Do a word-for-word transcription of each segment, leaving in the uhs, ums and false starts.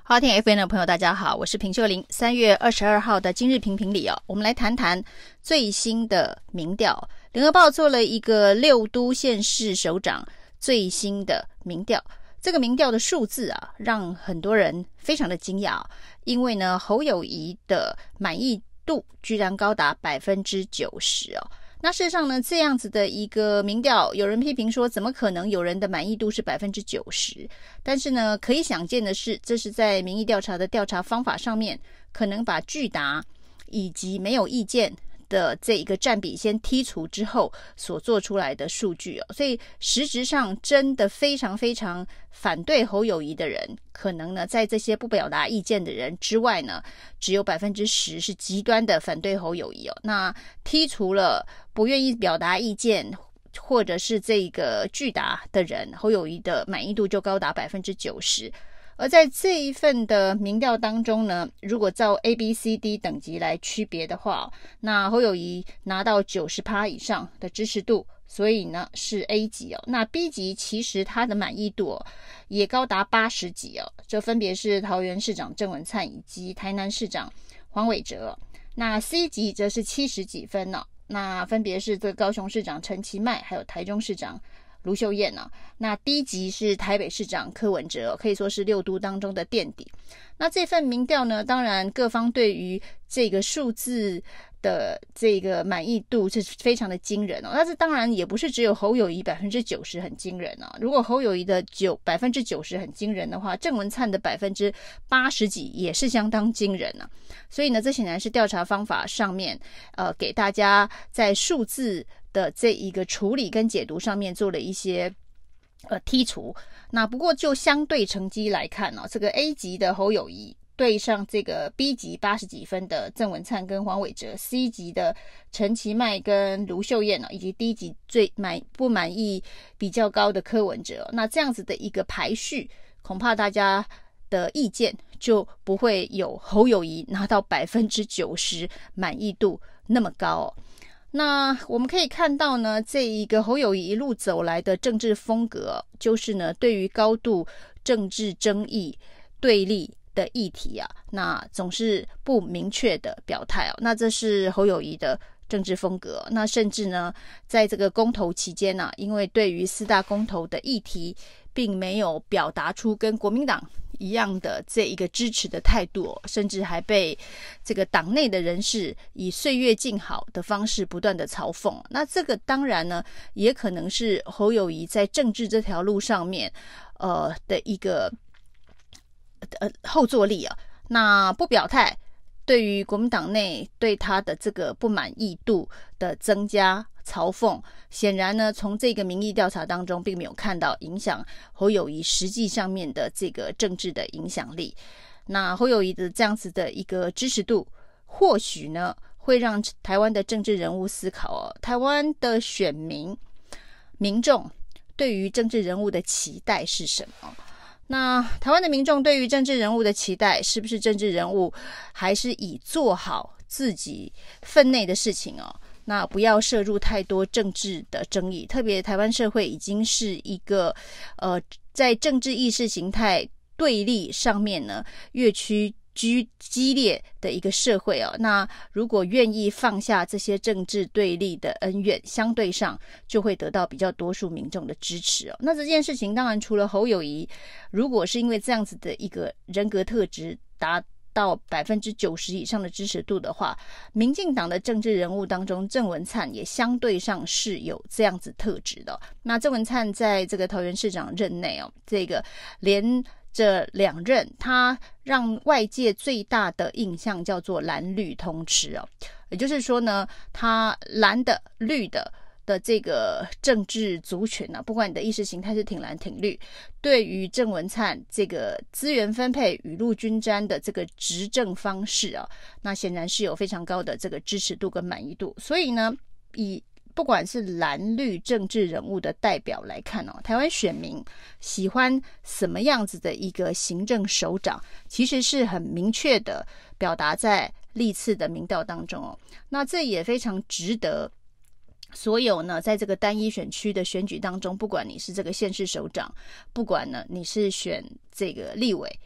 花田 F M 的朋友大家好，我是平秀玲。三月二十二号的今日评评里哦，我们来谈谈最新的民调。联合报做了一个六都县市首长最新的民调，这个民调的数字啊，让很多人非常的惊讶，因为呢，侯友宜的满意度居然高达百分之九十哦。那事实上呢，这样子的一个民调，有人批评说，怎么可能有人的满意度是百分之九十？但是呢，可以想见的是，这是在民意调查的调查方法上面，可能把拒答以及没有意见的这一个占比先剔除之后所做出来的数据哦，所以实质上真的非常非常反对侯友宜的人，可能呢在这些不表达意见的人之外呢，只有百分之十是极端的反对侯友宜哦。那剔除了不愿意表达意见或者是这个拒答的人，侯友宜的满意度就高达百分之九十。而在这一份的民调当中呢，如果照 A、B、C、D 等级来区别的话，那侯友宜拿到 百分之九十 以上的支持度，所以呢是 A 级哦。那 B 级其实他的满意度、哦、也高达八十几哦，这分别是桃园市长郑文灿以及台南市长黄伟哲、哦。那 C 级则是七十几分哦，那分别是这个高雄市长陈其迈还有台中市长卢秀燕啊，那低级是台北市长柯文哲、哦，可以说是六都当中的垫底。那这份民调呢，当然各方对于这个数字的这个满意度是非常的惊人哦。但是当然也不是只有侯友宜百分之九十很惊人啊。如果侯友宜的九百分之九十很惊人的话，郑文灿的百分之八十几也是相当惊人啊。所以呢，这显然是调查方法上面，呃，给大家在数字的这一个处理跟解读上面做了一些呃剔除。那不过就相对成绩来看呢、哦，这个 A 级的侯友宜对上这个 B 级八十几分的郑文灿跟黄伟哲， C 级的陈其迈跟卢秀燕、哦、以及 D 级最满不满意比较高的柯文哲、哦，那这样子的一个排序，恐怕大家的意见就不会有侯友宜拿到百分之九十满意度那么高哦。那我们可以看到呢，这一个侯友宜一路走来的政治风格，就是呢，对于高度政治争议对立的议题啊，那总是不明确的表态哦。那这是侯友宜的政治风格。那甚至呢，在这个公投期间啊，因为对于四大公投的议题，并没有表达出跟国民党一样的这一个支持的态度、哦，甚至还被这个党内的人士以岁月静好的方式不断的嘲讽。那这个当然呢，也可能是侯友宜在政治这条路上面，呃的一个呃后坐力啊。那不表态，对于国民党内对他的这个不满意度的增加嘲讽，显然呢，从这个民意调查当中并没有看到影响侯友宜实际上面的这个政治的影响力。那侯友宜的这样子的一个支持度，或许呢会让台湾的政治人物思考哦，台湾的选民民众对于政治人物的期待是什么？那台湾的民众对于政治人物的期待，是不是政治人物还是以做好自己分内的事情哦？那不要涉入太多政治的争议，特别台湾社会已经是一个呃，在政治意识形态对立上面呢越趋激激烈的一个社会哦。那如果愿意放下这些政治对立的恩怨，相对上就会得到比较多数民众的支持哦。那这件事情当然除了侯友宜，如果是因为这样子的一个人格特质达到百分之九十以上的支持度的话，民进党的政治人物当中，郑文灿也相对上是有这样子特质的、哦。那郑文灿在这个桃园市长任内哦，这个连这两任，他让外界最大的印象叫做蓝绿通吃哦，也就是说呢，他蓝的绿的的这个政治族群啊，不管你的意识形态是挺蓝挺绿，对于郑文灿这个资源分配雨露均沾的这个执政方式啊，那显然是有非常高的这个支持度跟满意度。所以呢，以不管是蓝绿政治人物的代表来看哦，台湾选民喜欢什么样子的一个行政首长，其实是很明确的表达在历次的民调当中哦。那这也非常值得所有呢，在这个单一选区的选举当中，不管你是这个县市首长，不管呢你是选这个立委，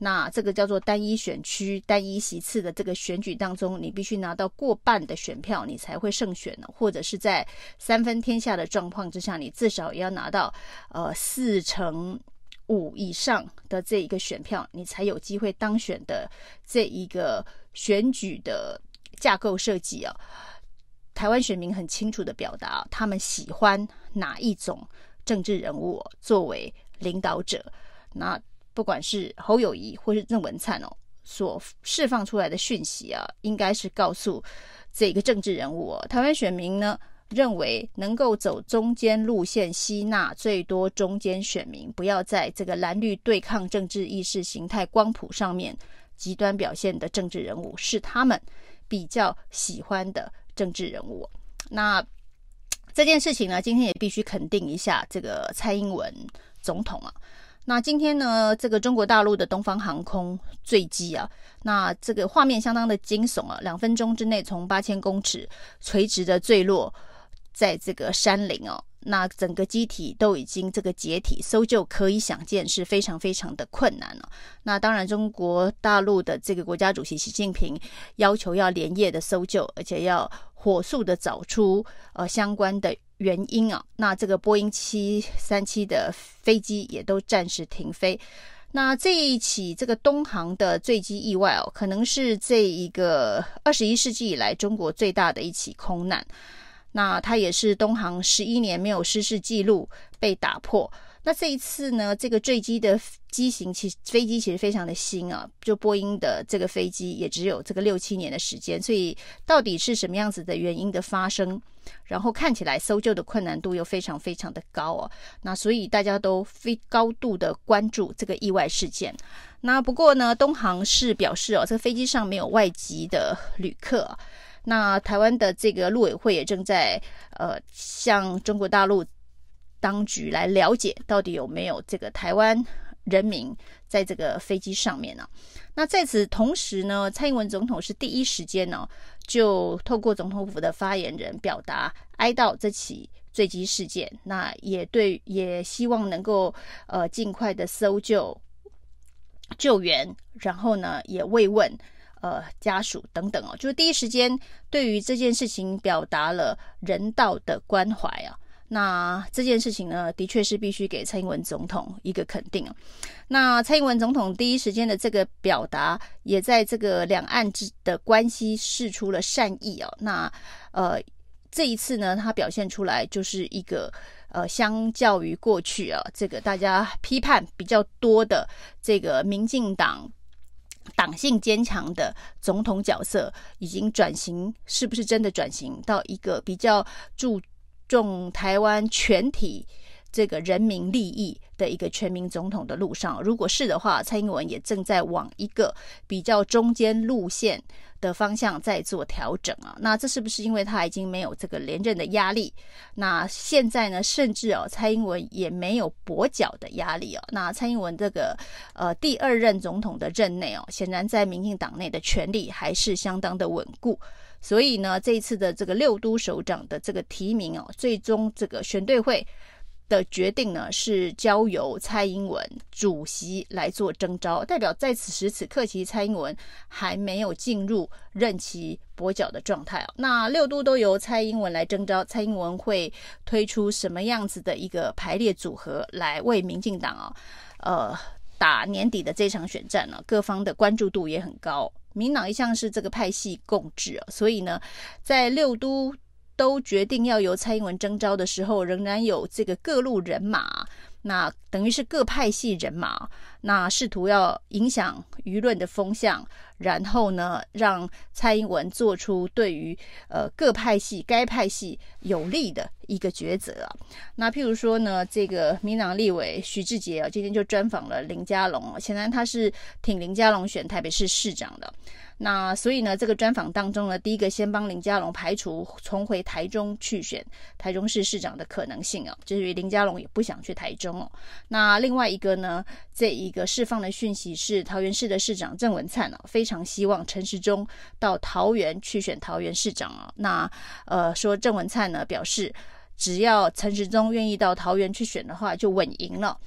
那这个叫做单一选区单一席次的这个选举当中，你必须拿到过半的选票你才会胜选呢，或者是在三分天下的状况之下，你至少也要拿到呃四成五以上的这一个选票，你才有机会当选的这一个选举的架构设计啊。台湾选民很清楚的表达，他们喜欢哪一种政治人物作为领导者。那不管是侯友宜或是郑文灿哦，所释放出来的讯息啊，应该是告诉这个政治人物哦，台湾选民呢认为能够走中间路线，吸纳最多中间选民，不要在这个蓝绿对抗政治意识形态光谱上面极端表现的政治人物，是他们比较喜欢的政治人物。那这件事情呢，今天也必须肯定一下这个蔡英文总统啊。那今天呢，这个中国大陆的东方航空坠机啊，那这个画面相当的惊悚啊，两分钟之内从八千公尺垂直的坠落在这个山林哦，那整个机体都已经这个解体，搜救可以想见是非常非常的困难了、哦。那当然，中国大陆的这个国家主席习近平要求要连夜的搜救，而且要火速的找出呃相关的原因啊。那这个波音七三七的飞机也都暂时停飞。那这一起这个东航的坠机意外哦，可能是这一个二十一世纪以来中国最大的一起空难。那它也是东航十一年没有失事记录被打破。那这一次呢，这个坠机的机型其实飞机其实非常的新啊，就波音的这个飞机也只有这个六七年的时间，所以到底是什么样子的原因的发生，然后看起来搜救的困难度又非常非常的高哦、啊。那所以大家都非高度的关注这个意外事件。那不过呢，东航是表示哦，这个飞机上没有外籍的旅客、啊。那台湾的这个陆委会也正在呃向中国大陆当局来了解到底有没有这个台湾人民在这个飞机上面呢、啊？那在此同时呢，蔡英文总统是第一时间呢、哦、就透过总统府的发言人表达哀悼这起坠机事件，那也对也希望能够呃尽快的搜救救援，然后呢也慰问呃，家属等等哦，就是第一时间对于这件事情表达了人道的关怀啊。那这件事情呢，的确是必须给蔡英文总统一个肯定啊。那蔡英文总统第一时间的这个表达，也在这个两岸之的关系释出了善意哦。那呃，这一次呢，他表现出来就是一个呃，相较于过去啊，这个大家批判比较多的这个民进党。党性坚强的总统角色已经转型，是不是真的转型到一个比较注重台湾全体这个人民利益的一个全民总统的路上？如果是的话，蔡英文也正在往一个比较中间路线的方向在做调整啊。那这是不是因为他已经没有这个连任的压力？那现在呢，甚至哦，蔡英文也没有跛脚的压力哦。那蔡英文这个呃第二任总统的任内哦，显然在民进党内的权力还是相当的稳固。所以呢，这一次的这个六都首长的这个提名哦，最终这个选对会的决定呢，是交由蔡英文主席来做征召，代表在此时此刻，其实蔡英文还没有进入任期跛脚的状态、哦、那六都都由蔡英文来征召，蔡英文会推出什么样子的一个排列组合来为民进党啊、哦，呃，打年底的这场选战呢、哦？各方的关注度也很高。民党一向是这个派系共治、哦、所以呢，在六都都决定要由蔡英文征召的时候，仍然有这个各路人马，那等于是各派系人马，那试图要影响舆论的风向，然后呢，让蔡英文做出对于呃各派系、该派系有利的一个抉择啊。那譬如说呢，这个民党立委徐志杰啊，今天就专访了林佳龙，显然他是挺林佳龙选台北市市长的。那所以呢，这个专访当中呢，第一个先帮林佳龙排除重回台中去选台中市市长的可能性哦，就是林佳龙也不想去台中哦。那另外一个呢，这一个释放的讯息是桃园市的市长郑文灿哦，非常希望陈时中到桃园去选桃园市长哦。那呃说郑文灿呢表示，只要陈时中愿意到桃园去选的话，就稳赢了。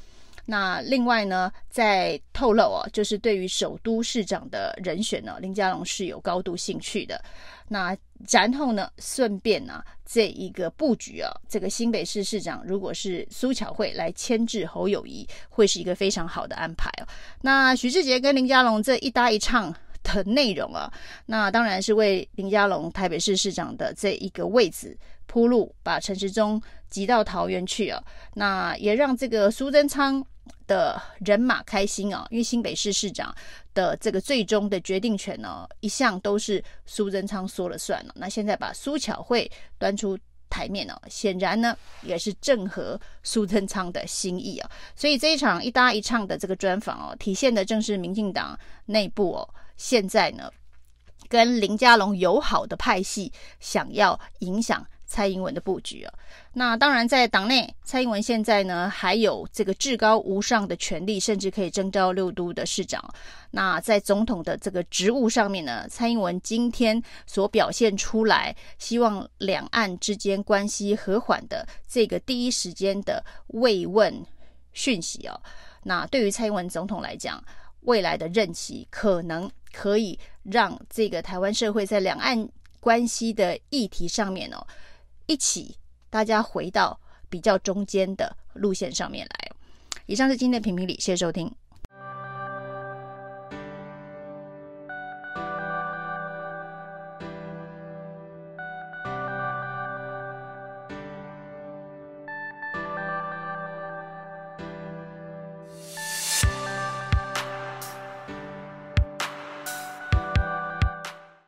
那另外呢，在透露哦，就是对于首都市长的人选呢，林佳龙是有高度兴趣的。那然后呢，顺便呢，这一个布局啊，这个新北市市长如果是苏巧慧来牵制侯友宜，会是一个非常好的安排哦。那许志杰跟林佳龙这一搭一唱的内容啊，那当然是为林佳龙台北市市长的这一个位置铺路，把陈时中挤到桃园去啊，那也让这个苏贞昌的人马开心啊，因为新北市市长的这个最终的决定权呢，一向都是苏贞昌说了算了。那现在把苏巧慧端出台面哦，显然呢也是正合苏贞昌的心意啊。所以这一场一搭一唱的这个专访哦，体现的正是民进党内部哦，现在呢跟林佳龙友好的派系想要影响蔡英文的布局啊。那当然在党内，蔡英文现在呢还有这个至高无上的权力，甚至可以征召六都的市长。那在总统的这个职务上面呢，蔡英文今天所表现出来希望两岸之间关系和缓的这个第一时间的慰问讯息哦，那对于蔡英文总统来讲，未来的任期可能可以让这个台湾社会在两岸关系的议题上面哦，一起大家回到比较中间的路线上面来。以上是今天的评评理，谢谢收听。